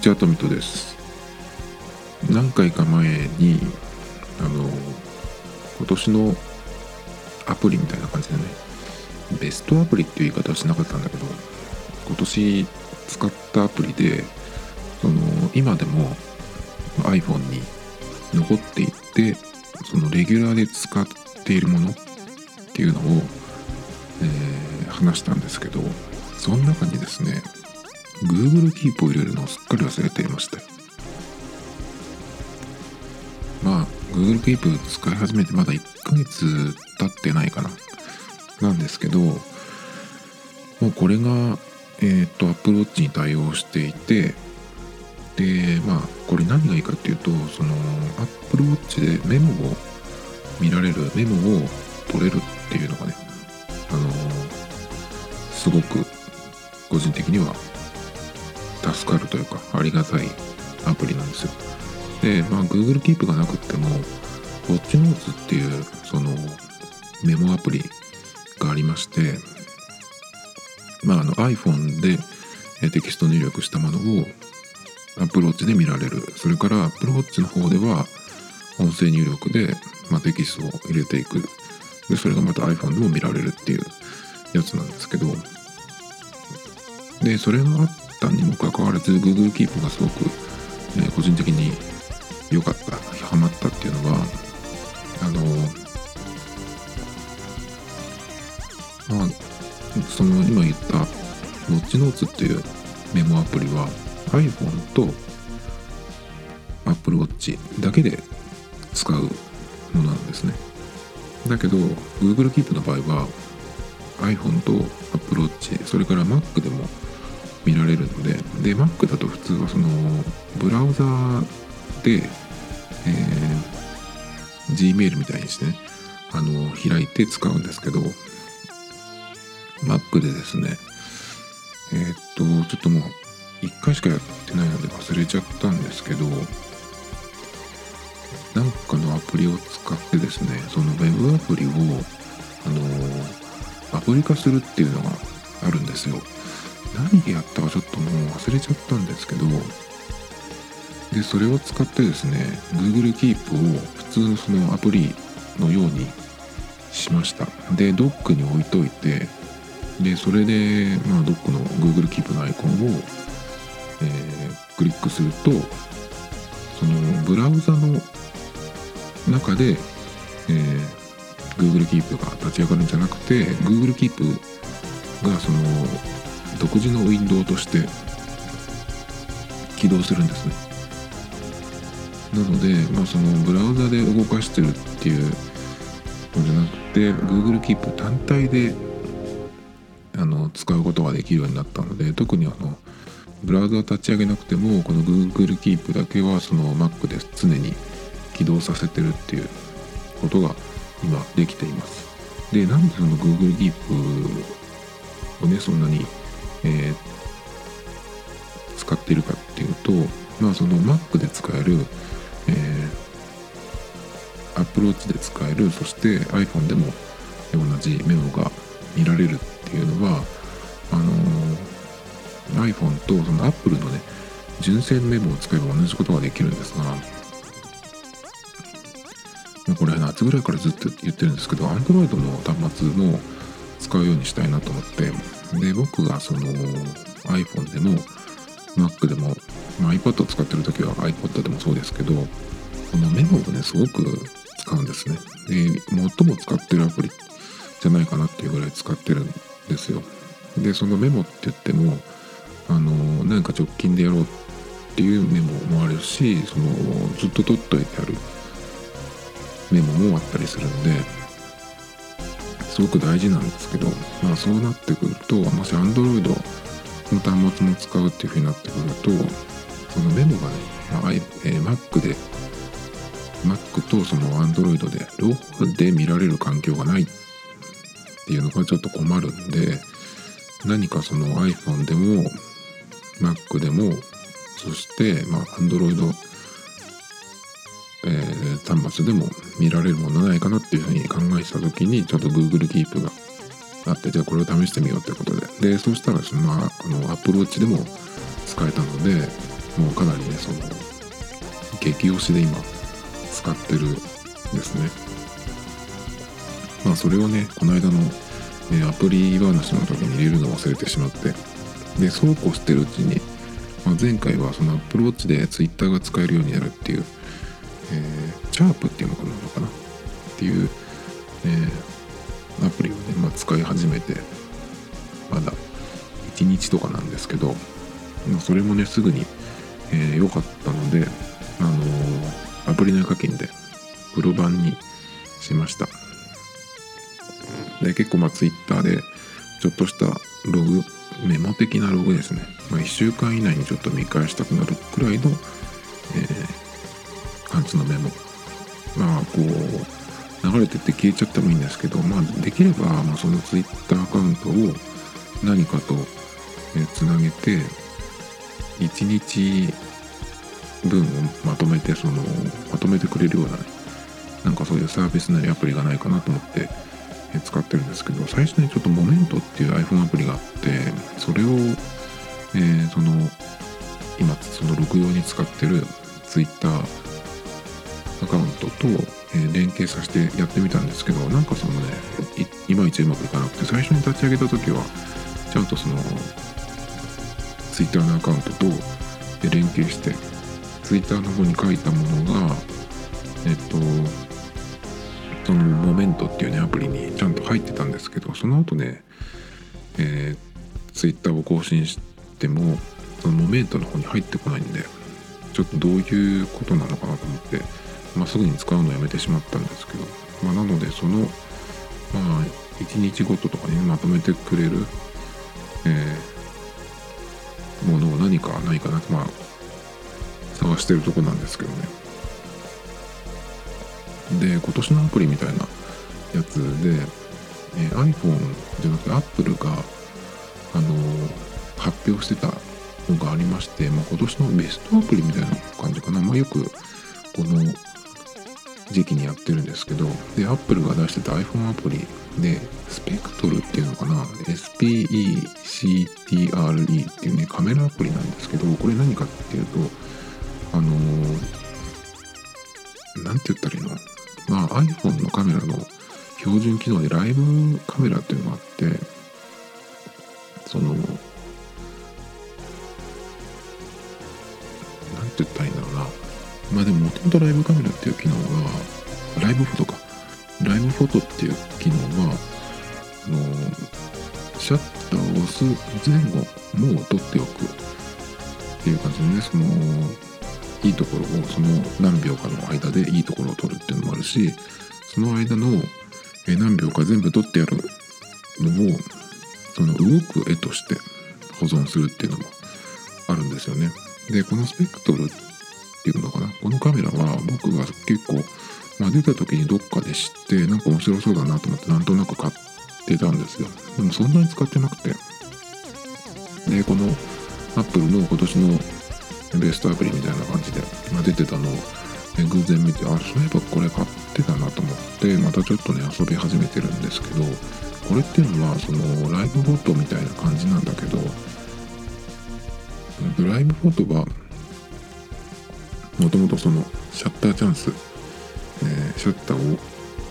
ちは、トミトです。何回か前に今年のアプリみたいな感じでね、ベストアプリっていう言い方はしなかったんだけど、今年使ったアプリで今でも iPhone に残っていて、レギュラーで使っているものっていうのを、話したんですけど、その中にですね Google Keep を入れるのをすっかり忘れていました。Google Keep 使い始めてまだ1ヶ月経ってないかななんですけど、もうこれがApple Watch に対応していて、でこれ何がいいかっていうと、Apple Watch でメモを見られる、メモを取れるっていうのがね、すごく個人的には助かるというかありがたいアプリなんですよ。で、Google Keep がなくっても Watch Notes っていうメモアプリがありまして、iPhone でテキスト入力したものを Apple Watch で見られる。それから Apple Watch の方では音声入力で、テキストを入れていく。でそれがまた iPhone でも見られるっていうやつなんですけど、でそれがあったにもかかわらず Google Keep がすごく、個人的に良かった、ハマったっていうのは今言った Watch Notes っていうメモアプリは iPhone と Apple Watch だけで使うものなんですね。だけど Google Keep の場合は iPhone と Apple Watch、 それから Mac でも見られるので、Mac だと普通はブラウザで、Gmail みたいにしてね開いて使うんですけど、 Mac でですねちょっともう1回しかやってないので忘れちゃったんですけど、なんかのアプリを使ってですね、そのウェブアプリをアプリ化するっていうのがあるんですよ。何でやったかちょっともう忘れちゃったんですけど、でそれを使ってですね Google Keep を普通のそのアプリのようにしました。でドックに置いといて、でそれでドックの Google Keep のアイコンを、クリックすると、ブラウザの中で、Google Keep が立ち上がるんじゃなくて Google Keep が独自のウィンドウとして起動するんですね。なので、ブラウザで動かしてるっていうのじゃなくて Google Keep 単体で使うことができるようになったので、特にブラウザを立ち上げなくてもこの Google Keep だけはMac で常に起動させてるっていうことが今できています。でなんでGoogle Keep をねそんなに、使っているかっていうと、Mac で使える、Apple Watch で使える、そして iPhone でも同じメモが見られるっていうのはiPhone とApple のね純正のメモを使えば同じことができるんですが、これ夏ぐらいからずっと言ってるんですけど Android の端末も使うようにしたいなと思って、で僕がiPhone でも Mac でも、iPad を使ってる時は iPod でもそうですけど、このメモをねすごく使うんですね。で最も使ってるアプリじゃないかなっていうぐらい使ってるんですよ。でそのメモって言っても何か直近でやろうっていうメモもあるし、ずっと取っといてあるメモもあったりするんですごく大事なんですけど、そうなってくると、もし Android の端末も使うっていう風になってくると、そのメモがね、Mac とAndroid で両方で見られる環境がないっていうのがちょっと困るんで、何かiPhone でも Mac でも、そしてAndroid、端末でも見られるものないかなっていうふうに考えた時に、ちょっと Google Keep があって、じゃあこれを試してみようということで、そうしたらApple Watch でも使えたので、 もうかなりね激推しで今使ってるんですね。それをねこの間の、アプリ話の時に入れるのを忘れてしまって、でそうこうしてるうちに、前回はその Apple Watch で Twitter が使えるようになるっていう、チャープっていうのかなっていう、アプリをね、使い始めてまだ1日とかなんですけど、それもねすぐに良かったので、アプリ内課金でプロ版にしました。で結構ツイッターでちょっとしたログ、メモ的なログですね、1週間以内にちょっと見返したくなるくらいの、感じのメモ、こう流れてって消えちゃってもいいんですけど、できれば、そのツイッターアカウントを何かとつなげて1日分をまとめてくれるようなね、なんかそういうサービスなりアプリがないかなと思って使ってるんですけど、最初にちょっとモメントっていう iPhone アプリがあって、それを、今その録用に使ってる Twitter アカウントと、連携させてやってみたんですけど、なんかいまいちうまくいかなくて、最初に立ち上げた時はちゃんとその Twitter のアカウントと連携してTwitter の方に書いたものがそのモメントっていうねアプリにちゃんと入ってたんですけど、その後ね、Twitter を更新してもそのモメントの方に入ってこないんで、ちょっとどういうことなのかなと思って、すぐに使うのをやめてしまったんですけど、なのでその1日ごととかに、まとめてくれる、ものを何かないかなと探してるとこなんですけどね。で今年のアプリみたいなやつで、iPhone じゃなくて Apple が発表してたのがありまして、今年のベストアプリみたいな感じかな。よくこの時期にやってるんですけど、で Apple が出してた iPhone アプリでスペクトルっていうのかな、 SPECTRE っていうねカメラアプリなんですけど、これ何かっていうとなんて言ったらいいの、iPhone のカメラの標準機能でライブカメラっていうのがあって、なんて言ったらいいんだろうな、でももともとライブカメラっていう機能がライブフォトっていう機能はシャッターを押す前後も撮っておくっていう感じでね、いいところをその何秒かの間でいいところを撮るっていうのもあるし、その間の何秒か全部撮ってやるのをその動く絵として保存するっていうのもあるんですよね。でこのスペクトルっていうのかな、このカメラは僕が結構、出た時にどっかで知ってなんか面白そうだなと思ってなんとなく買ってたんですよ。でもそんなに使ってなくて、でこの Apple の今年のベストアプリみたいな感じで、出てたのを偶然見て、そういえばこれ買ってたなと思ってまたちょっとね遊び始めてるんですけど、これっていうのはそのライブフォトみたいな感じなんだけど、ライブフォトはもともとそのシャッターチャンス、シャッターを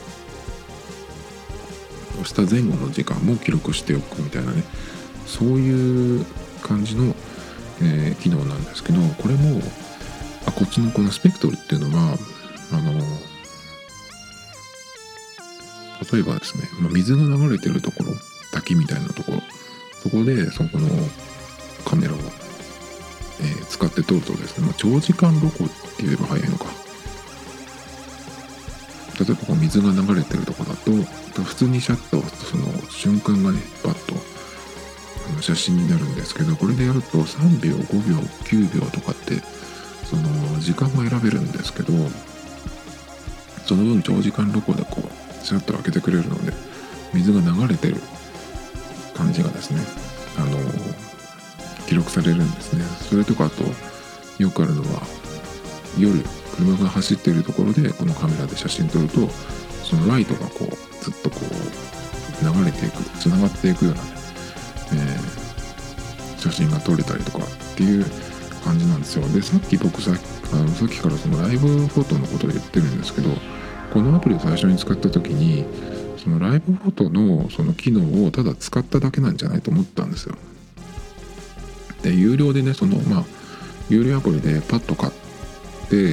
押した前後の時間も記録しておくみたいなね、そういう感じの、機能なんですけど、これもこっちのこのスペクトルっていうのは例えばですね、水が流れてるところ、滝みたいなところ、そこでそこのカメラを、使って撮るとですね、長時間録音って言えば早いのか、例えばこう水が流れてるところだと普通にシャッターを押すとその瞬間がねパッと写真になるんですけど、これでやると3秒5秒9秒とかってその時間が選べるんですけど、その分長時間録音でこうシャッターを開けてくれるので水が流れてる感じがですね記録されるんですね。それとかあとよくあるのは夜車が走っているところでこのカメラで写真撮るとそのライトがこうずっとこう流れていく、つながっていくようなね、写真が撮れたりとかっていう感じなんですよ。でさっきからそのライブフォトのことで言ってるんですけど、このアプリを最初に使った時にそのライブフォトのその機能をただ使っただけなんじゃないと思ったんですよ。で有料でね有料アプリでパッと買って、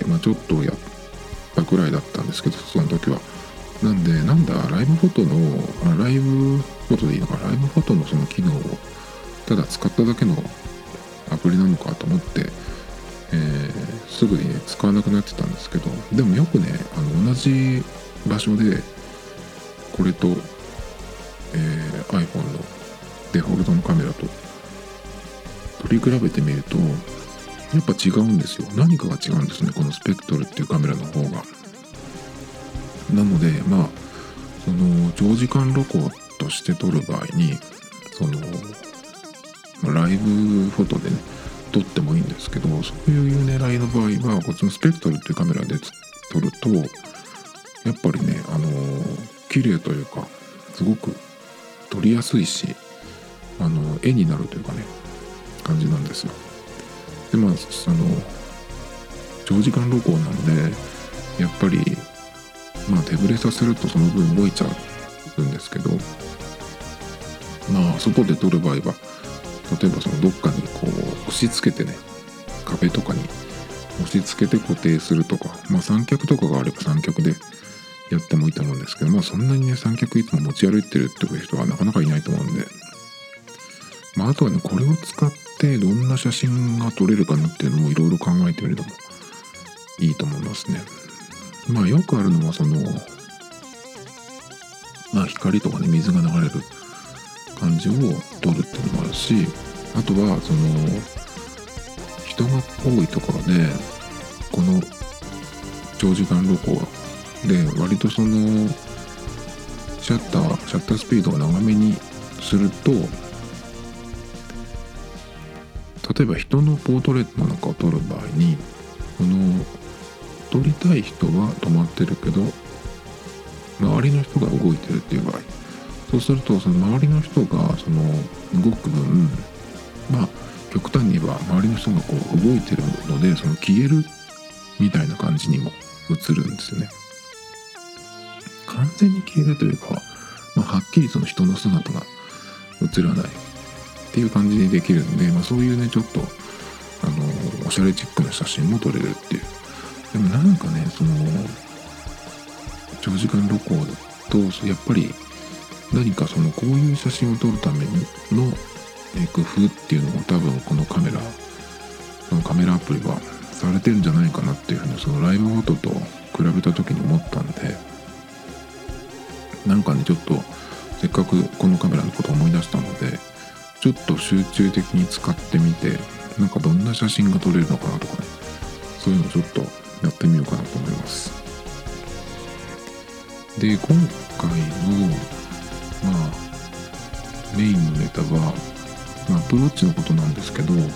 ちょっとやったくらいだったんですけど、その時はなんでライブフォトのライブフォトでいいのかライブフォトのその機能をただ使っただけのアプリなのかと思って、すぐにね使わなくなってたんですけど、でもよくね同じ場所でこれと、iPhone のデフォルトのカメラと取り比べてみるとやっぱ違うんですよ。何かが違うんですね、このスペクトルっていうカメラの方が。なのでその長時間録音として撮る場合にそのライブフォトでね撮ってもいいんですけど、そういう狙いの場合はこっちのスペクトルっていうカメラで撮るとやっぱりね綺麗というかすごく撮りやすいし絵になるというかね感じなんですよ。で長時間録音なんでやっぱり手ぶれさせるとその分動いちゃうんですけど、外で撮る場合は例えばそのどっかにこう押し付けてね壁とかに押し付けて固定するとか、三脚とかがあれば三脚でやってもいいと思うんですけど、そんなにね三脚いつも持ち歩いてるっていう人はなかなかいないと思うんで、あとはねこれを使ってどんな写真が撮れるかなっていうのもいろいろ考えてみるのもいいと思いますね。よくあるのはその光とかね水が流れる感じを撮るっていうのもあるし、あとはその人が多いところでこの長時間録音で割とそのシャッタースピードを長めにすると、例えば人のポートレートなんかを撮る場合にこの撮りたい人は止まってるけど周りの人が動いてるっていう場合、そうするとその周りの人がその動く分極端に言えば周りの人がこう動いてるのでその消えるみたいな感じにも映るんですよね。完全に消えるというかはっきりその人の姿が映らないっていう感じにできるんで、そういうねちょっとおしゃれチックな写真も撮れるっていう。でもなんかねその長時間録音とやっぱり何かそのこういう写真を撮るための工夫っていうのも多分このカメラアプリはされてるんじゃないかなっていうふうにそのライブフォトと比べた時に思ったんで、なんかねちょっとせっかくこのカメラのことを思い出したのでちょっと集中的に使ってみてなんかどんな写真が撮れるのかなとかね、そういうのちょっとやってみようかなと思います。で今回のメインのネタはアップルウォッチのことなんですけど、アッ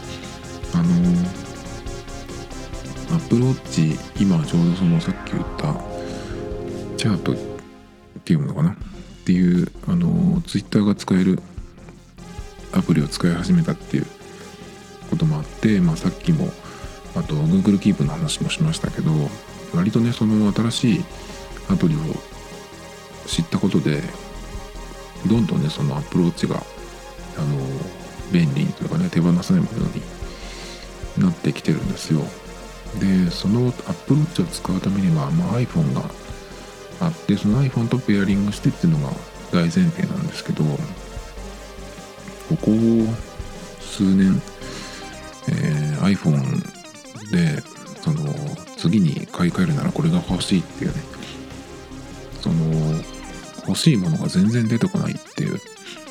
プルウォッチ今ちょうどそのさっき言ったシャープっていうのかなっていうツイッターが使えるアプリを使い始めたっていうこともあって、さっきもあと Google Keep の話もしましたけど、割とねその新しいアプリを知ったことでどんどんねその Apple Watch が便利というかね手放せないものになってきてるんですよ。でその Apple Watch を使うためには、iPhone があってその iPhone とペアリングしてっていうのが大前提なんですけど、ここ数年、iPhone でその次に買い替えるならこれが欲しいっていうねその欲しいものが全然出てこないっていう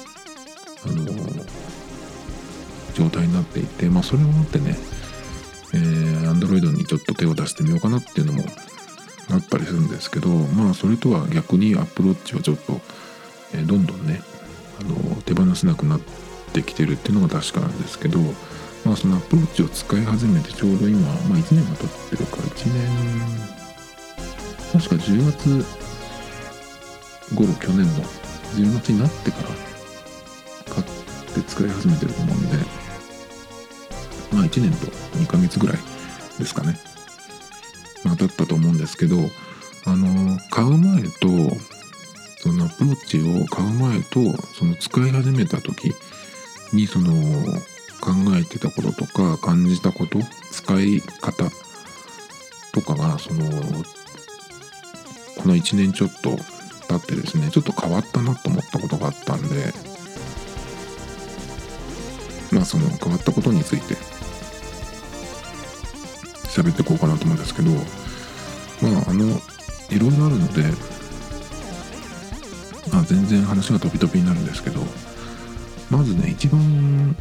状態になっていて、それをもってね、Android にちょっと手を出してみようかなっていうのもあったりするんですけど、それとは逆に Apple Watch はちょっと、どんどんね手放せなくなってきてるっていうのが確かなんですけど、その Apple Watch を使い始めてちょうど今、1年が経ってるから1年確か10月頃去年の10月になってから買って使い始めてると思うんで、 1年と2ヶ月ぐらいですかね、経ったと思うんですけど、買う前とそのアプローチを買う前とその使い始めた時にその考えてたこととか感じたこと、使い方とかがこの1年ちょっと経ってですね、ちょっと変わったなと思ったことがあったんで、その変わったことについて喋っていこうかなと思うんですけど、いろいろあるので、全然話が飛び飛びになるんですけど、まずね、一番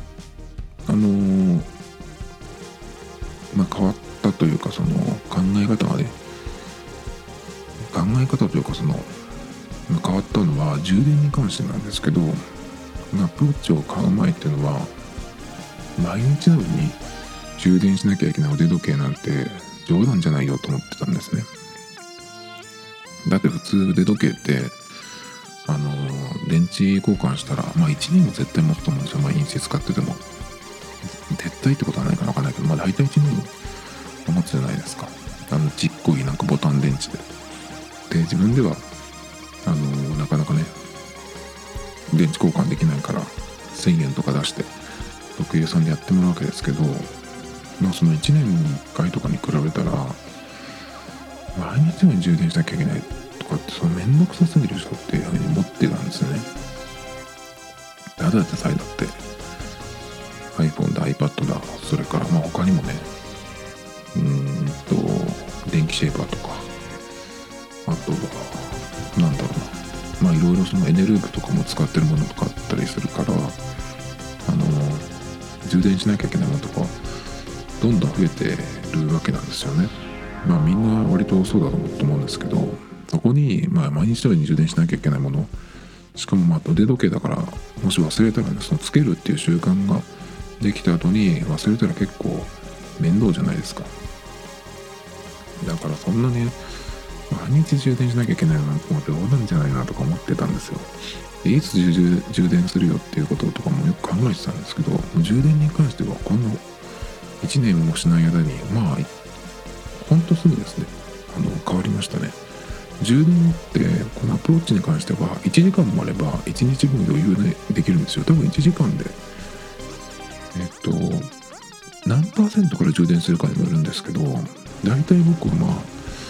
変わったというか、その考え方がね、考え方というか変わったのは充電に関してなんですけど、アプローチを買う前っていうのは毎日のように充電しなきゃいけない腕時計なんて冗談じゃないよと思ってたんですね。だって普通腕時計って電池交換したら1年も絶対持つと思うんですよ。毎日使ってても絶対ってことはないかな、分かんないけど、大体1年も持つじゃないですか。ちっこいボタン電池で自分ではなかなかね電池交換できないから1000円とか出して時計屋さんでやってもらうわけですけど、その1年に1回とかに比べたら毎日のように充電しなきゃいけないとかってめんどくさすぎるでしょっていうふうに思ってたんですよね。ただでさえだって iPhone だ iPad だ、それから他にもね電気シェーバーとか、あとはいろいろエネループとかも使ってるものとかあったりするから、充電しなきゃいけないものとかどんどん増えてるわけなんですよね。みんな割とそうだと思うんですけど、そこに毎日のように充電しなきゃいけないもの、しかも腕時計だから、もし忘れたらね、つけるっていう習慣ができた後に忘れたら結構面倒じゃないですか。だからそんなね毎日充電しなきゃいけないなんて冗談じゃないなとか思ってたんですよ。でいつ充電するよっていうこととかもよく考えてたんですけど、充電に関してはこの1年もしない間にほんとすぐですね変わりましたね。充電ってこのアプローチに関しては1時間もあれば1日分余裕でできるんですよ。多分1時間で何%から充電するかにもよるんですけど、だいたい僕は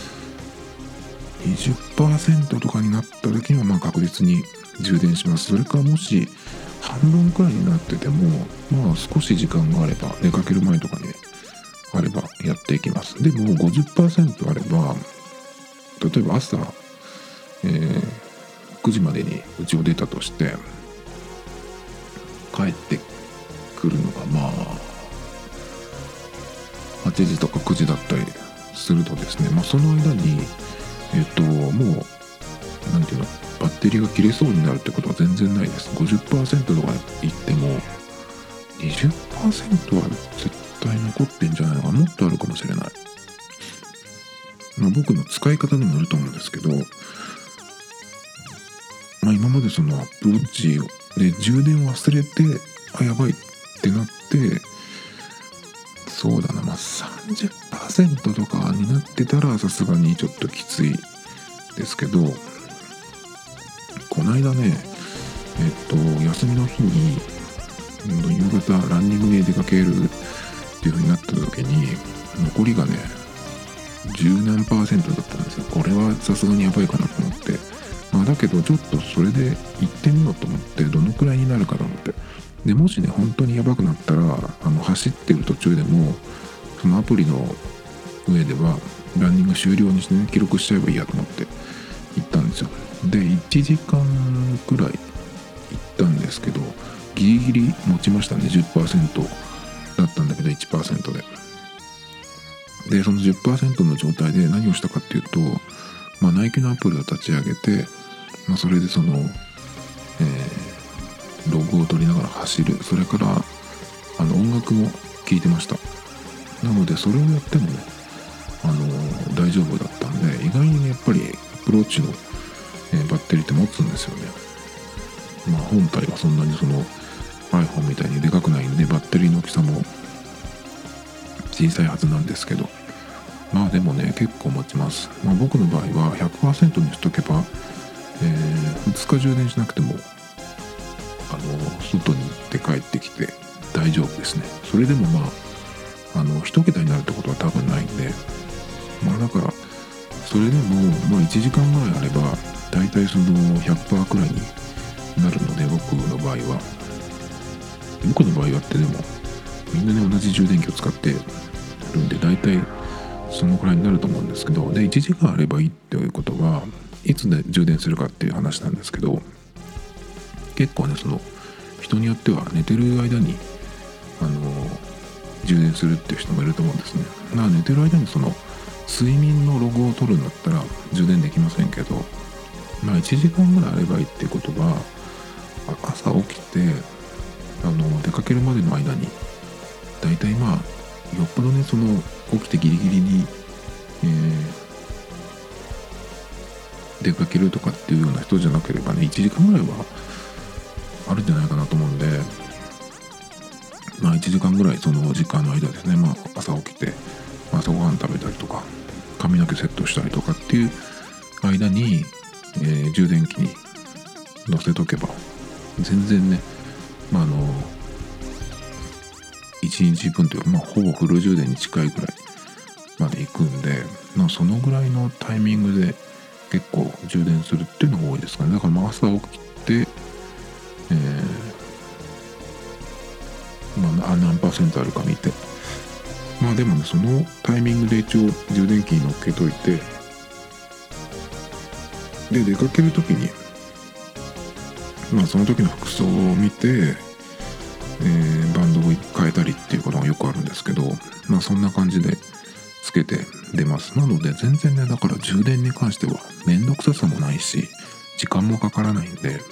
20% とかになった時には確実に充電します。それからもし半分くらいになってても少し時間があれば、出かける前とかにあればやっていきます。でも 50% あれば、例えば朝、9時までに家を出たとして帰ってくるのが8時とか9時だったりするとですね、その間にもうなんていうの、バッテリーが切れそうになるってことは全然ないです。 50% とかいっても 20% は絶対残ってんじゃないのか、もっとあるかもしれない。僕の使い方にもよると思うんですけど、今までそのアプローチで充電忘れてやばいってなって、そうだな30% とかになってたらさすがにちょっときついですけど、この間ね休みの日に夕方ランニングに出かけるっていう風になった時に残りがね10何%だったんですよ。これはさすがにやばいかなと思って、だけどちょっとそれで行ってみようと思って、どのくらいになるかと思って、でもしね本当にやばくなったら走ってる途中でもそのアプリの上ではランニング終了にしてね記録しちゃえばいいやと思って行ったんですよ。で1時間くらい行ったんですけど、ギリギリ持ちましたね。 10% だったんだけど 1% でその 10% の状態で何をしたかっていうと、ナイキのアプリを立ち上げて、それでログを取りながら走る、それから音楽も聴いてました。なのでそれをやってもね大丈夫だったんで、意外にやっぱりアプローチの、バッテリーって持つんですよね。本体はそんなにiPhone みたいにでかくないんで、バッテリーの大きさも小さいはずなんですけど、まあでもね結構持ちます。僕の場合は 100% にしとけば、2日充電しなくても外に行って帰ってきて大丈夫ですね。それでも1桁になるってことは多分ないんで、だからそれでも1時間ぐらいあれば大体その 100% くらいになるので、僕の場合はってでもみんなね同じ充電器を使ってるんで大体そのくらいになると思うんですけど、で1時間あればいいっていうことはいつで充電するかっていう話なんですけど、結構ねその人によっては寝てる間に充電するっていう人もいると思うんですね。寝てる間にその睡眠のログを取るんだったら充電できませんけど、1時間ぐらいあればいいっていうことは、朝起きて出かけるまでの間にだいたいよっぽどねその起きてギリギリに、出かけるとかっていうような人じゃなければね1時間ぐらいはあるんじゃないかなと思うんで、1時間ぐらいその時間の間ですね、朝起きて朝ごはん食べたりとか髪の毛セットしたりとかっていう間に、充電器に乗せとけば全然ね、1日分というか、ほぼフル充電に近いぐらいまで行くんで、そのぐらいのタイミングで結構充電するっていうのが多いですかね。だから朝起きて、何%あるか見て、でもねそのタイミングで一応充電器に乗っけといて、で出かけるときにその時の服装を見て、バンドを変えたりっていうことがよくあるんですけど、そんな感じでつけて出ます。なので全然ねだから充電に関してはめんどくささもないし時間もかからないんで、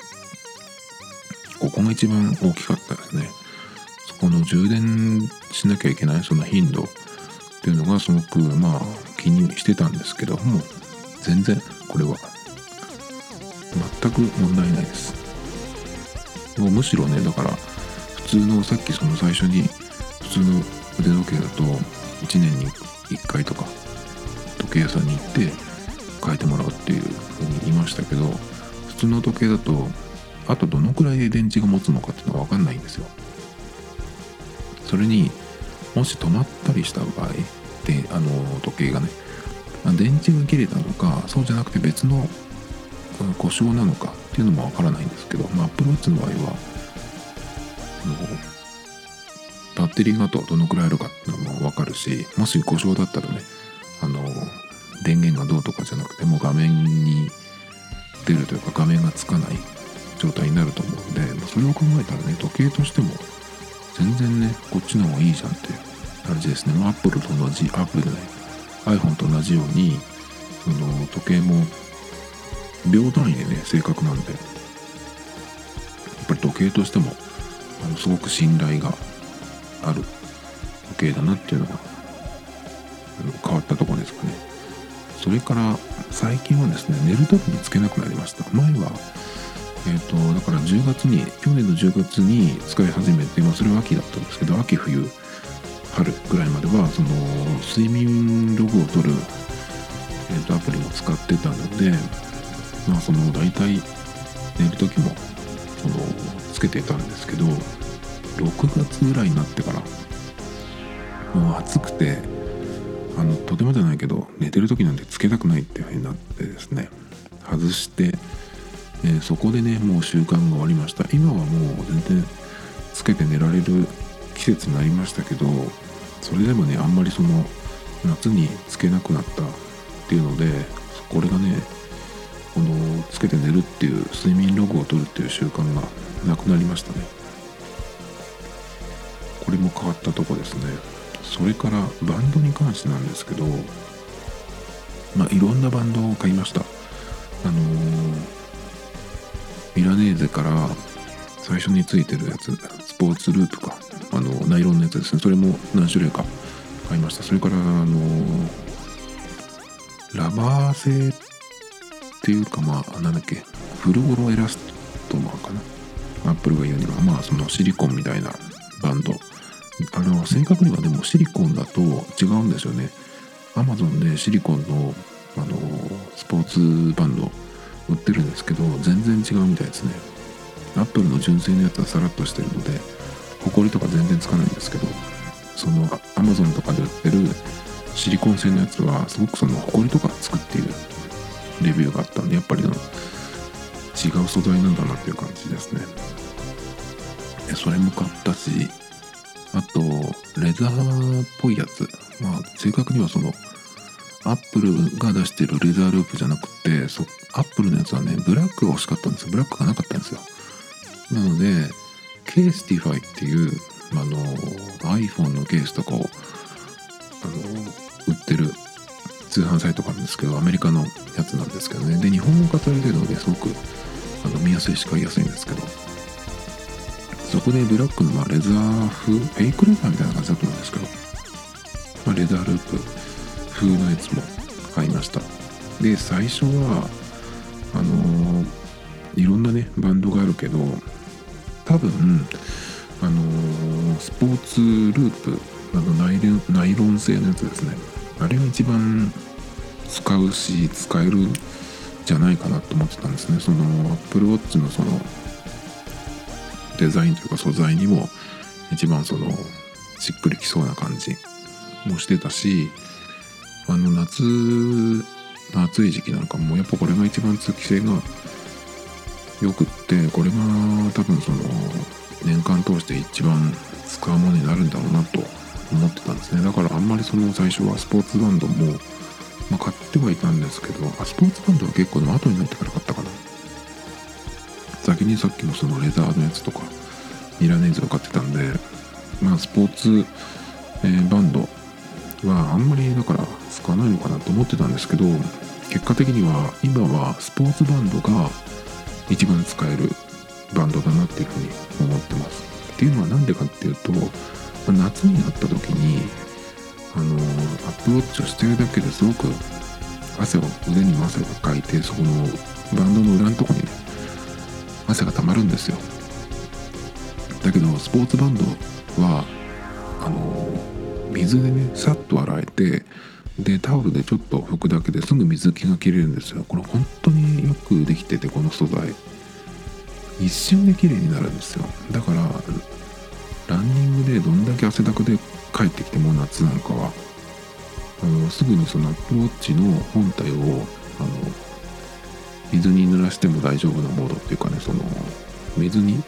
ここが一番大きかったですね。そこの充電しなきゃいけないその頻度っていうのがすごく気にしてたんですけども、全然これは全く問題ないです。もうむしろねだから普通のさっきその最初に普通の腕時計だと1年に1回とか時計屋さんに行って変えてもらうっていうふうに言いましたけど、普通の時計だとあとどのくらいで電池が持つのかっていうのは分かんないんですよ。それにもし止まったりした場合で時計がね、電池が切れたのかそうじゃなくて別の故障なのかっていうのも分からないんですけど、Apple Watch の場合はバッテリーがあとどのくらいあるかっていうのも分かるし、もし故障だったらね電源がどうとかじゃなくてもう画面に出るというか画面がつかない状態になると思うんで、それを考えたらね時計としても全然ねこっちの方がいいじゃんっていう感じですね。Apple と同じApple でね iPhone と同じようにその時計も秒単位でね正確なんで、やっぱり時計としてもすごく信頼がある時計だなっていうのが変わったところですかね。それから最近はですね寝る時につけなくなりました。前はだから去年の10月に使い始めて、それは秋だったんですけど、秋冬春ぐらいまではその睡眠ログを取る、アプリも使ってたので、その大体寝る時もそのつけてたんですけど、6月ぐらいになってからもう暑くてとてもじゃないけど寝てる時なんてつけたくないっていう風になってですね外して、そこでねもう習慣が終わりました。今はもう全然つけて寝られる季節になりましたけど、それでもねあんまりその夏につけなくなったっていうので、これがねつけて寝るっていう睡眠ログを取るっていう習慣がなくなりましたね。これも変わったとこですね。それからバンドに関してなんですけど、いろんなバンドを買いました。ミラネーゼから最初についてるやつ、スポーツループかナイロンのやつですね、それも何種類か買いました。それからラバー製っていうかなんだっけフルオロエラストマーかな、アップルが言うにはそのシリコンみたいなバンド正確にはでもシリコンだと違うんですよね。アマゾンでシリコンのスポーツバンド売ってるんですけど、全然違うみたいですね。アップルの純正のやつはさらっとしてるのでホコリとか全然つかないんですけど、そのアマゾンとかで売ってるシリコン製のやつはすごくそのホコリとかつくっていうレビューがあったんで、やっぱり違う素材なんだなっていう感じですね。それも買ったし、あとレザーっぽいやつ、正確にはそのアップルが出してるレザーループじゃなくて、アップルのやつはねブラックが欲しかったんですよ。ブラックがなかったんですよ。なのでケースティファイっていうiPhone のケースとかを売ってる通販サイトがあるんですけど、アメリカのやつなんですけどね。で日本語化されてるのですごく見やすいし買いやすいんですけど、そこでブラックのレザー風、フェイクレザーみたいな感じだと思うんですけど、レザーループ風のやつも買いました。で最初はいろんなねバンドがあるけど、多分スポーツループナイロン製のやつですね。あれが一番使うし使えるんじゃないかなと思ってたんですね。その Apple Watch のそのデザインというか素材にも一番しっくりきそうな感じもしてたし、暑い時期なんかもやっぱこれが一番通気性がよくって、これが多分年間通して一番使うものになるんだろうなと思ってたんですね。だからあんまり最初はスポーツバンドも、買ってはいたんですけど、スポーツバンドは結構後になってから買ったかな。先にさっきのレザーのやつとかミラネーズを買ってたんで、スポーツ、バンドはあんまりだから使わないのかなと思ってたんですけど、結果的には今はスポーツバンドが一番使えるバンドだなっていうふうに思ってます。っていうのはなんでかっていうと、夏になった時にアップウォッチをしてるだけですごく腕にも汗がかいて、そこのバンドの裏のとこにね汗が溜まるんですよ。だけどスポーツバンドは水でねさっと洗えて、でタオルでちょっと拭くだけですぐ水気が切れるんですよ。これ本当によくできてて、この素材一瞬で綺麗になるんですよ。だからランニングでどんだけ汗だくで帰ってきても夏なんかはすぐにそのアップルウォッチの本体を水に濡らしても大丈夫なモードっていうかね、水に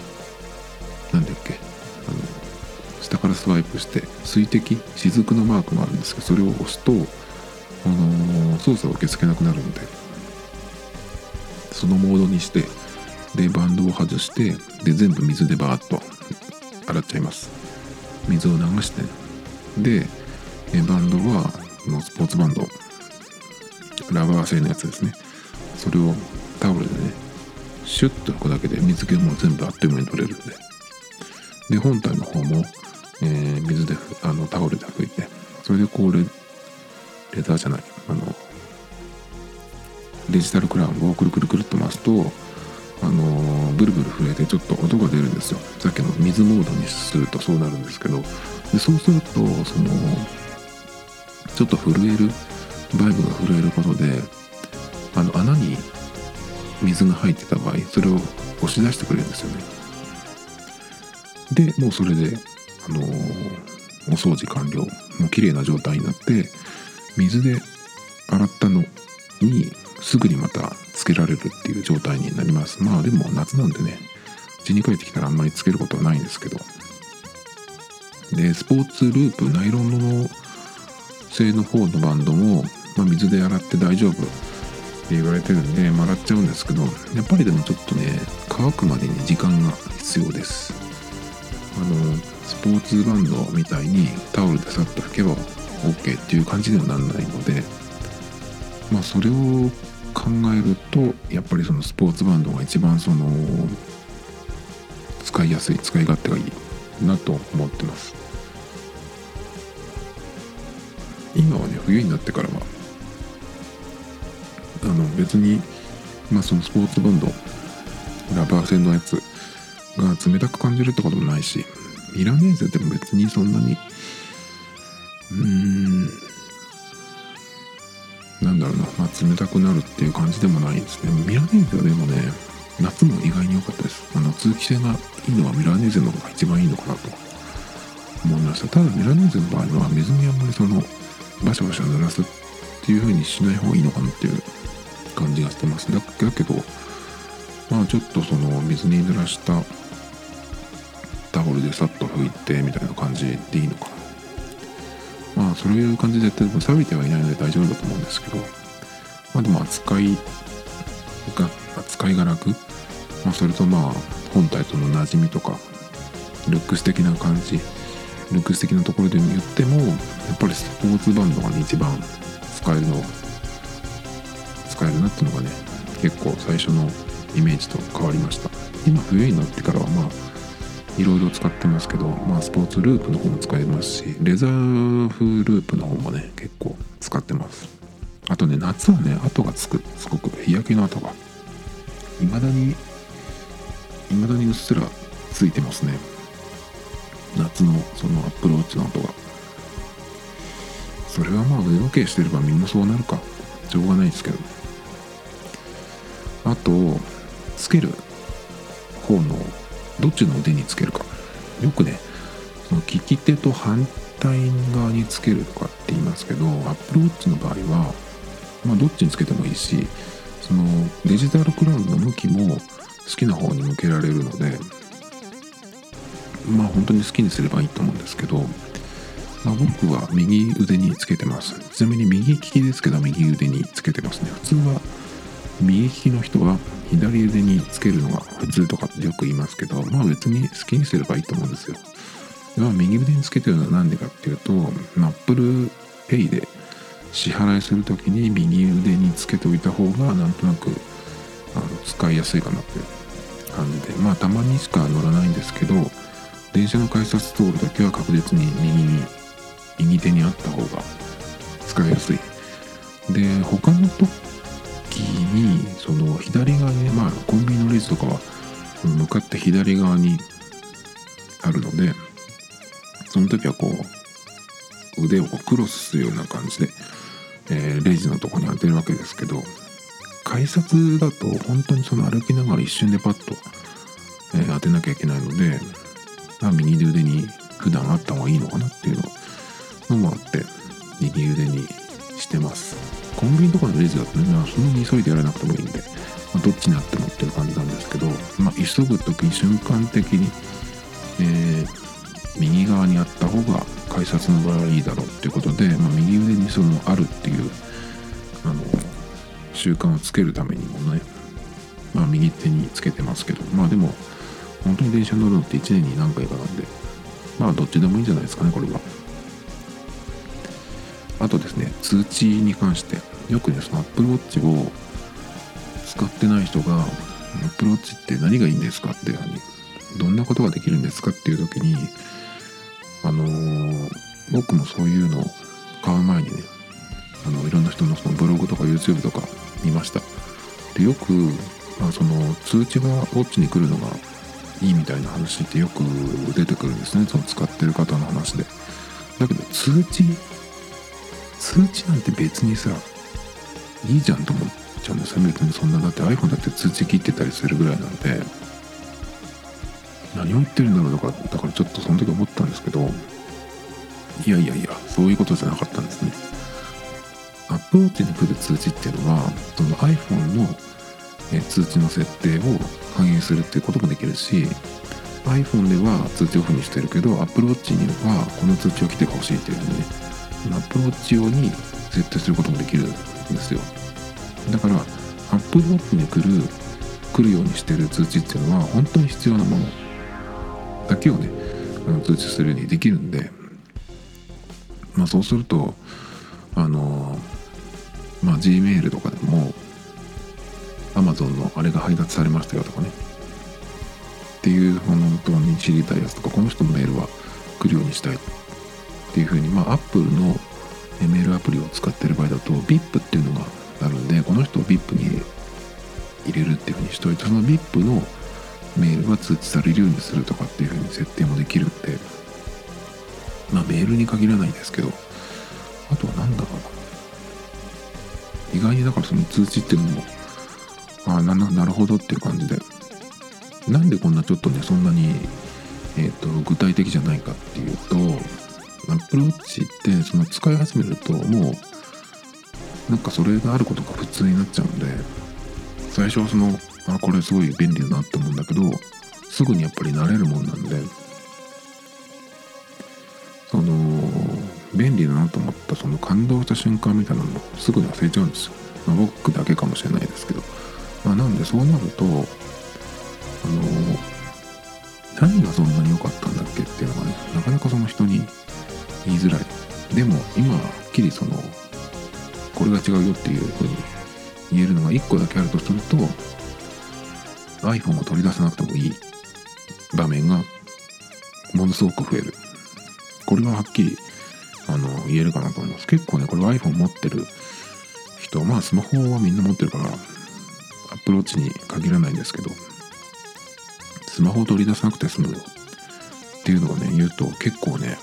下からスワイプして水滴雫のマークがあるんですけど、それを押すと操作を受け付けなくなるので、そのモードにして、でバンドを外して、で全部水でバーッと洗っちゃいます。水を流して、でバンドはスポーツバンドラバー製のやつですね。それをタオルでねシュッと拭くだけで水気も全部あっという間に取れるんで、本体の方も、水でタオルで拭いて、それでレザーじゃないデジタルクラウンをくるくるくるっと回すとブルブル震えてちょっと音が出るんですよ。さっきの水モードにするとそうなるんですけど、でそうするとちょっとバイブが震えることで穴に水が入ってた場合、それを押し出してくれるんですよね。でもうそれでお掃除完了、もう綺麗な状態になって、水で洗ったのにすぐにまたつけられるっていう状態になります。でも夏なんでね、家に帰ってきたらあんまりつけることはないんですけど、でスポーツループナイロンの製の方のバンドも、水で洗って大丈夫って言われてるんで、洗っちゃうんですけど、やっぱりでもちょっとね乾くまでに時間が必要です。スポーツバンドみたいにタオルでさっと拭けば OK っていう感じではならないので、それを考えるとやっぱりそのスポーツバンドが一番使いやすい、使い勝手がいいなと思ってます。今はね冬になってからは別にそのスポーツバンドラバー製のやつが冷たく感じるってこともないし、 ミラネーゼでも別にそんなになんだろうな、冷たくなるっていう感じでもないですね。ミラネーゼはでもね、夏も意外に良かったです。通気性がいいのはミラネーゼの方が一番いいのかなと思いました。ただミラネーゼの場合は水にあんまりバシャバシャ濡らすっていう風にしない方がいいのかなっていう感じがしてます。だけどちょっと水に濡らしたタオルでさっと拭いてみたいな感じでいいのかな。そういう感じでやっても錆びてはいないので大丈夫だと思うんですけど、でも扱いが楽、それと本体との馴染みとかルックス的な感じ、ルックス的なところで言ってもやっぱりスポーツバンドがね一番使えるなっていうのがね結構最初のイメージと変わりました。今冬になってからはいろいろ使ってますけど、スポーツループの方も使えますし、レザー風ループの方もね結構使ってます。あとね、夏はね跡がつく、すごく日焼けの跡がいまだにうっすらついてますね。夏のアップルウォッチの跡が。それは腕時計してればみんなそうなるか、しょうがないですけど。あとつける方のどっちの腕につけるか、よくね利き手と反対側につけるとかって言いますけど、アップルウォッチの場合はどっちにつけてもいいし、デジタルクラウンの向きも好きな方に向けられるので、本当に好きにすればいいと思うんですけど、僕は右腕につけてます。ちなみに右利きですけど右腕につけてますね。普通は右利きの人は左腕につけるのが普通とかってよく言いますけど、別に好きにすればいいと思うんですよ。右腕につけてるのはなんでかっていうと、Apple Pay で支払いするときに右腕につけておいた方がなんとなく使いやすいかなっていう感じで、たまにしか乗らないんですけど、電車の改札通るときは確実に右手にあった方が使いやすい。で他の時に左側にね、コンビニのレジとかは向かって左側にあるので、その時は腕をクロスするような感じで、レジのとこに当てるわけですけど、改札だと本当に歩きながら一瞬でパッと、当てなきゃいけないので、右腕に普段あった方がいいのかなっていうのもあって右腕にしてます。コンビニとかのレジだとね、そんなに急いでやらなくてもいいんで、どっちにあってもっていう感じなんですけど、急ぐ時に瞬間的に、右側にあった方が改札の場合はいいだろうっていうことで、右腕にあるっていう習慣をつけるためにもね、右手につけてますけど、でも本当に電車乗るのって1年に何回かなんで、どっちでもいいんじゃないですかね、これは。あとですね、通知に関してよくね、Apple Watch を使ってない人が Apple Watch って何がいいんですかっていうふうに、どんなことができるんですかっていう時に、僕もそういうのを買う前にね、いろんな人のブログとか YouTube とか見ました。でよく、通知がウォッチに来るのがいいみたいな話ってよく出てくるんですね、使ってる方の話で。だけど通知なんて別にさいいじゃんと思っちゃうんですよ。別にそんな、だって iPhone だって通知切ってたりするぐらいなんで、何を言ってるんだろうとか、だからちょっとその時思ったんですけど、いやそういうことじゃなかったんですね。Apple Watch に来る通知っていうのはiPhone の通知の設定を反映するっていうこともできるし、 iPhone では通知オフにしてるけど Apple Watch にはこの通知を来てほしいっていうふうにね、Apple Watch 用に設定することもできるんですよ。だから Apple Watch に来るようにしてる通知っていうのは本当に必要なものだけをね通知するようにできるんで、そうするとGmail とかでも Amazon のあれが配達されましたよとかねっていう本当に知りたいやつとか、この人のメールは来るようにしたいっていうふうに、Apple のメールアプリを使ってる場合だと VIP っていうのがあるんで、この人を VIP に入れるっていうふうにしておいて、その VIP のメールが通知されるようにするとかっていう風に設定もできるんで、まあメールに限らないですけど、あとはなんだろうな、意外にだからその通知っていうのもなるほどっていう感じで、なんでこんなちょっとねそんなに具体的じゃないかっていうと、Apple Watch ってその使い始めるともうなんかそれがあることが普通になっちゃうんで、最初はそのこれすごい便利だなって思うんだけど、すぐにやっぱり慣れるもんなんで、その便利だなと思ったその感動した瞬間みたいなのもすぐに忘れちゃうんですよ。僕だけかもしれないですけど、なんでそうなると何がそんなに良かったんだっけっていうのがね、なかなかその人に言いづらい。でも今はっきりそのこれが違うよっていうふうに言えるのが1個だけあるとすると、 iPhone を取り出さなくてもいい場面がものすごく増える。これははっきり言えるかなと思います。結構ねこれ iPhone 持ってる人、スマホはみんな持ってるから Apple Watch に限らないんですけど、スマホを取り出さなくて済むっていうのをね言うと結構ね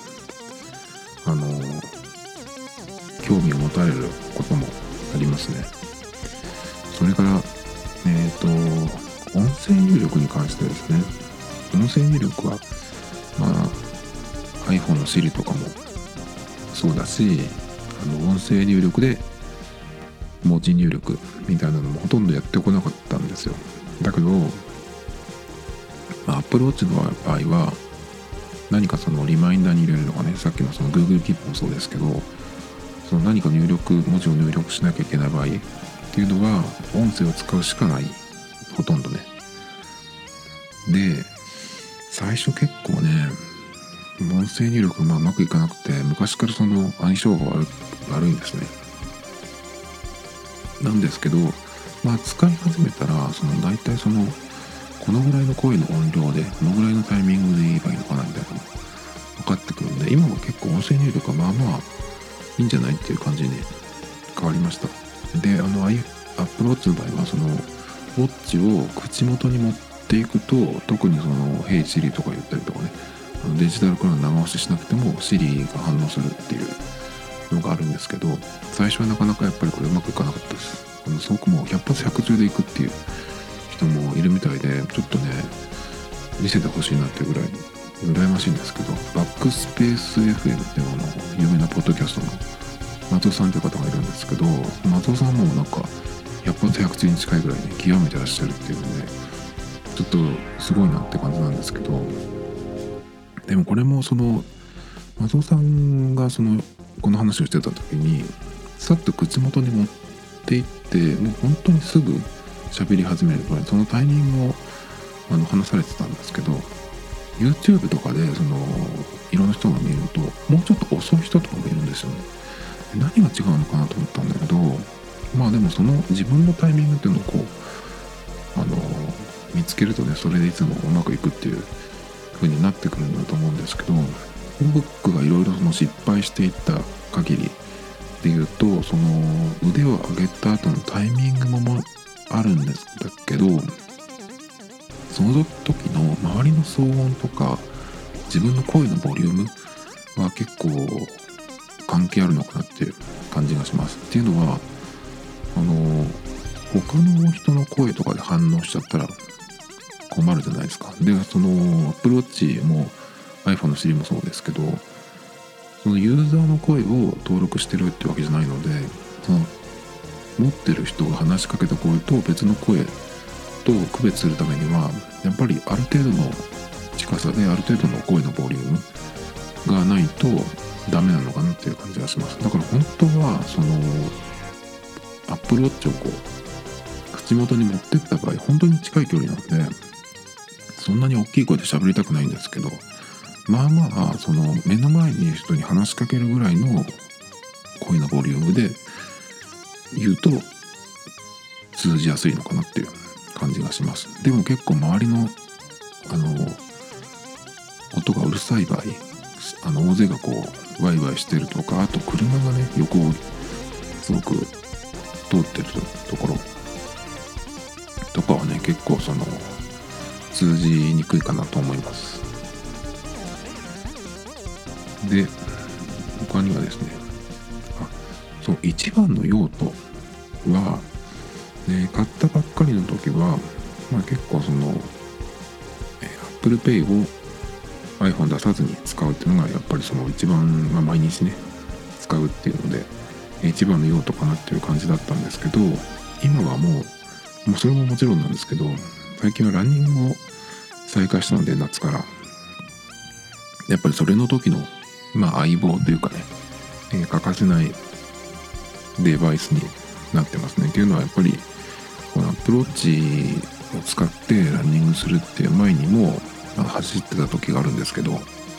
興味を持たれることもありますね。それから音声入力に関してですね、音声入力はiPhone の Siri とかもそうだし、音声入力で文字入力みたいなのもほとんどやってこなかったんですよ。だけど、Apple Watch の場合は何かそのリマインダーに入れるのがね、さっきのその Google Keep もそうですけど、その何か文字を入力しなきゃいけない場合っていうのは音声を使うしかない、ほとんどね。で最初結構ね音声入力がうまくいかなくて、昔からその相性が悪いんですね。なんですけど、使い始めたら大体このぐらいの声の音量でこのぐらいのタイミングで言えばいいのかなみたいなの分かってくるんで、今は結構音声入力はいいんじゃないっていう感じに変わりました。でApple Watch の場合はそのウォッチを口元に持っていくと、特にHey Siri とか言ったりとかね、デジタルから長押ししなくても Siri が反応するっていうのがあるんですけど、最初はなかなかやっぱりこれうまくいかなかったです。すごくもう100発100中でいくっていう人もいるみたいで、ちょっとね見せてほしいなっていうぐらい羨ましいんですけど、バックスペース FM っていう有名なポッドキャストの松尾さんという方がいるんですけど、松尾さんもなんか100発100中に近いぐらいに極めてらっしゃるっていうので、ちょっとすごいなって感じなんですけど、でもこれも松尾さんがこの話をしてた時にさっと口元に持っていって、もう本当にすぐ喋り始めるぐらい、そのタイミングを話されてたんですけど、 YouTube とかでいろんな人が見るともうちょっと遅い人とかもいるんですよね。何が違うのかなと思ったんだけど、でも自分のタイミングっていうのを見つけるとね、それでいつもうまくいくっていう風になってくるんだと思うんですけど、僕がいろいろ失敗していった限りでいうと、腕を上げた後のタイミングもあるんですけど、その時の周りの騒音とか自分の声のボリュームは結構関係あるのかなっていう感じがします。っていうのは他の人の声とかで反応しちゃったら困るじゃないですか。でApple Watch も iPhone の Siri もそうですけど、そのユーザーの声を登録してるってわけじゃないので、持ってる人が話しかけた声と別の声と区別するためにはやっぱりある程度の近さである程度の声のボリュームがないとダメなのかなっていう感じがします。だから本当はApple Watch を口元に持ってった場合本当に近い距離なんで、そんなに大きい声で喋りたくないんですけど、目の前にいる人に話しかけるぐらいの声のボリュームで言うと通じやすいのかなっていう感じがします。でも結構周りの音がうるさい場合、大勢がワイワイしてるとか、あと車がね横をすごく通ってるところとかはね、結構通じにくいかなと思います。で、他にはですね、そう一番の用途は、買ったばっかりの時は、結構その、Apple Pay を iPhone 出さずに使うっていうのがやっぱりその一番、毎日ね使うっていうので一番の用途かなっていう感じだったんですけど、今はもうそれももちろんなんですけど、最近はランニングを再開したので、夏からやっぱりそれの時の相棒というかね、欠かせないデバイスになってますね。っていうのはやっぱりこの Apple Watch を使ってランニングするっていう前にも、走ってた時があるんですけど、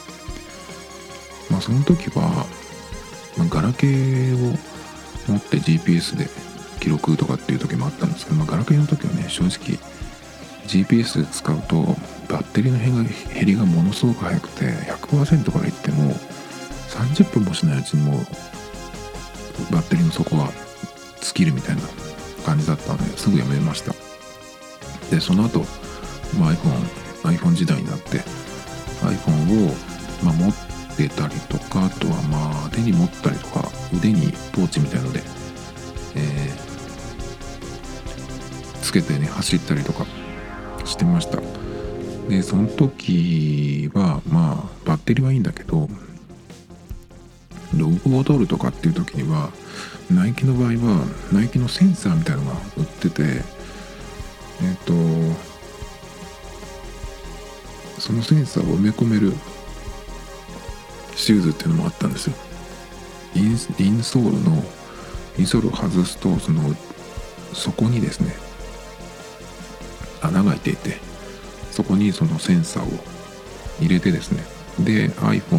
その時は、ガラケーを持って GPS で記録とかっていう時もあったんですけど、ガラケーの時はね、正直 GPS で使うとバッテリーの減りがものすごく速くて、 100% からいっても30分もしないうちにもうバッテリーの底が尽きるみたいな感じだったので、すぐやめました。でその後、iPhone 時代になって iPhone を、持ってたりとか、あとは手に持ったりとか、腕にポーチみたいので、つけてね走ったりとかしてました。でその時はバッテリーはいいんだけど、ログを取るとかっていう時には、ナイキの場合はナイキのセンサーみたいなのが売ってて、そのセンサーを埋め込めるシューズっていうのもあったんですよ。インソールを外すと、そこにですね穴が開いていて、そこにそのセンサーを入れてですね、で iPhone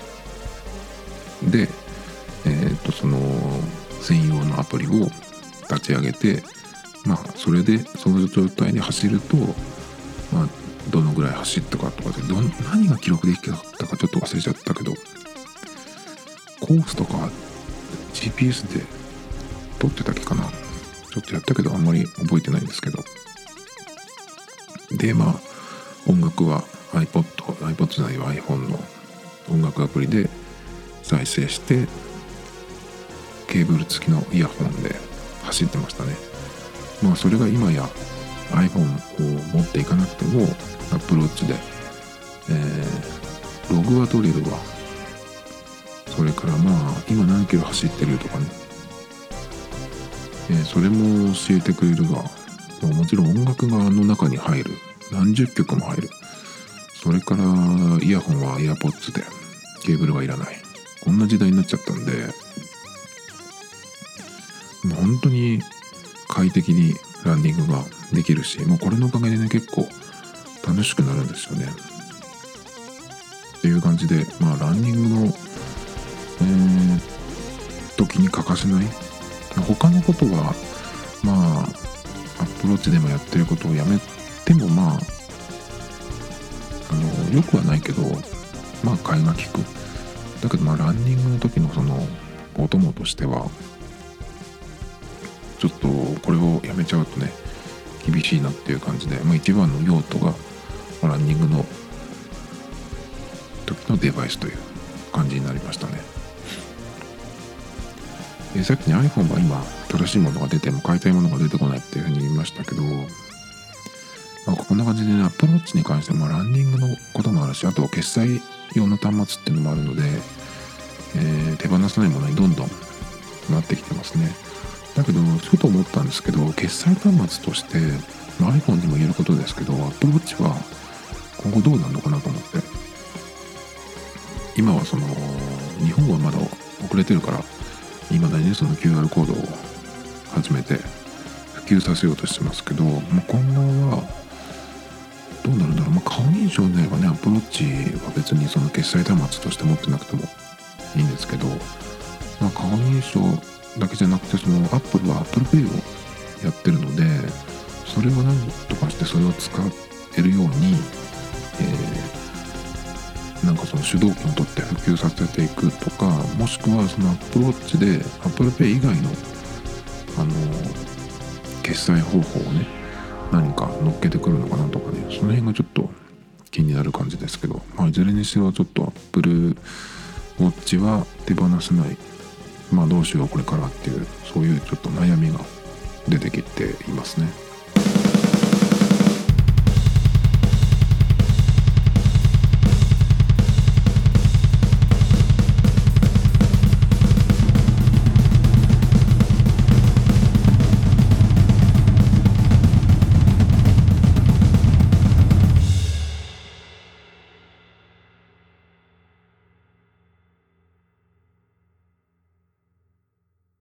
でその専用のアプリを立ち上げて、それでその状態で走ると、どのぐらい走ったかとかで何が記録できたかちょっと忘れちゃったけど、コースとか GPS で撮ってたっけかな、ちょっとやったけどあんまり覚えてないんですけど、で音楽は iPod じゃないわ iPhone の音楽アプリで再生して、ケーブル付きのイヤホンで走ってましたね。それが今や iPhone を持っていかなくても Apple Watch で、ログは取れるわ、それから今何キロ走ってるとかね、それも教えてくれるわ。もちろん音楽が中に入る、何十曲も入る。それからイヤホンは AirPods でケーブルがいらない、こんな時代になっちゃったんで、本当に快適にランニングができるし、これのおかげでね結構楽しくなるんですよねっていう感じで、ランニングの、時に欠かせない、他のことはアップローチでもやってることをやめてもよくはないけど、替えが利く。だけどランニングの時のそのお供としてはちょっとこれをやめちゃうとね厳しいなっていう感じで、一番の用途がランニングの時のデバイスという感じになりましたね。さっきね iPhone は今新しいものが出ても買いたいものが出てこないっていうふうに言いましたけど、こんな感じでね Apple Watch に関してもランニングのこともあるし、あとは決済用の端末っていうのもあるので、手放さないものにどんどんなってきてますね。だけどふと思ったんですけど、決済端末として、iPhone にも言えることですけど Apple Watch は今後どうなるのかなと思って、今は日本はまだ遅れてるから今だにねその QR コードを始めて普及させようとしてますけど、今後はどうなるんだろう。顔認証になればね Apple Watch は別にその決済端末として持ってなくてもいいんですけど、顔認証だけじゃなくてApple は Apple Pay をやってるので、それを何とかしてそれを使えるように、主導権を取って普及させていくとか、もしくはその Apple Watch で Apple Pay 以外の決済方法をね何か乗っけてくるのかなとかね、その辺がちょっと気になる感じですけど、いずれにしろちょっと Apple Watch は手放せない、どうしようこれからっていう、そういうちょっと悩みが出てきていますね。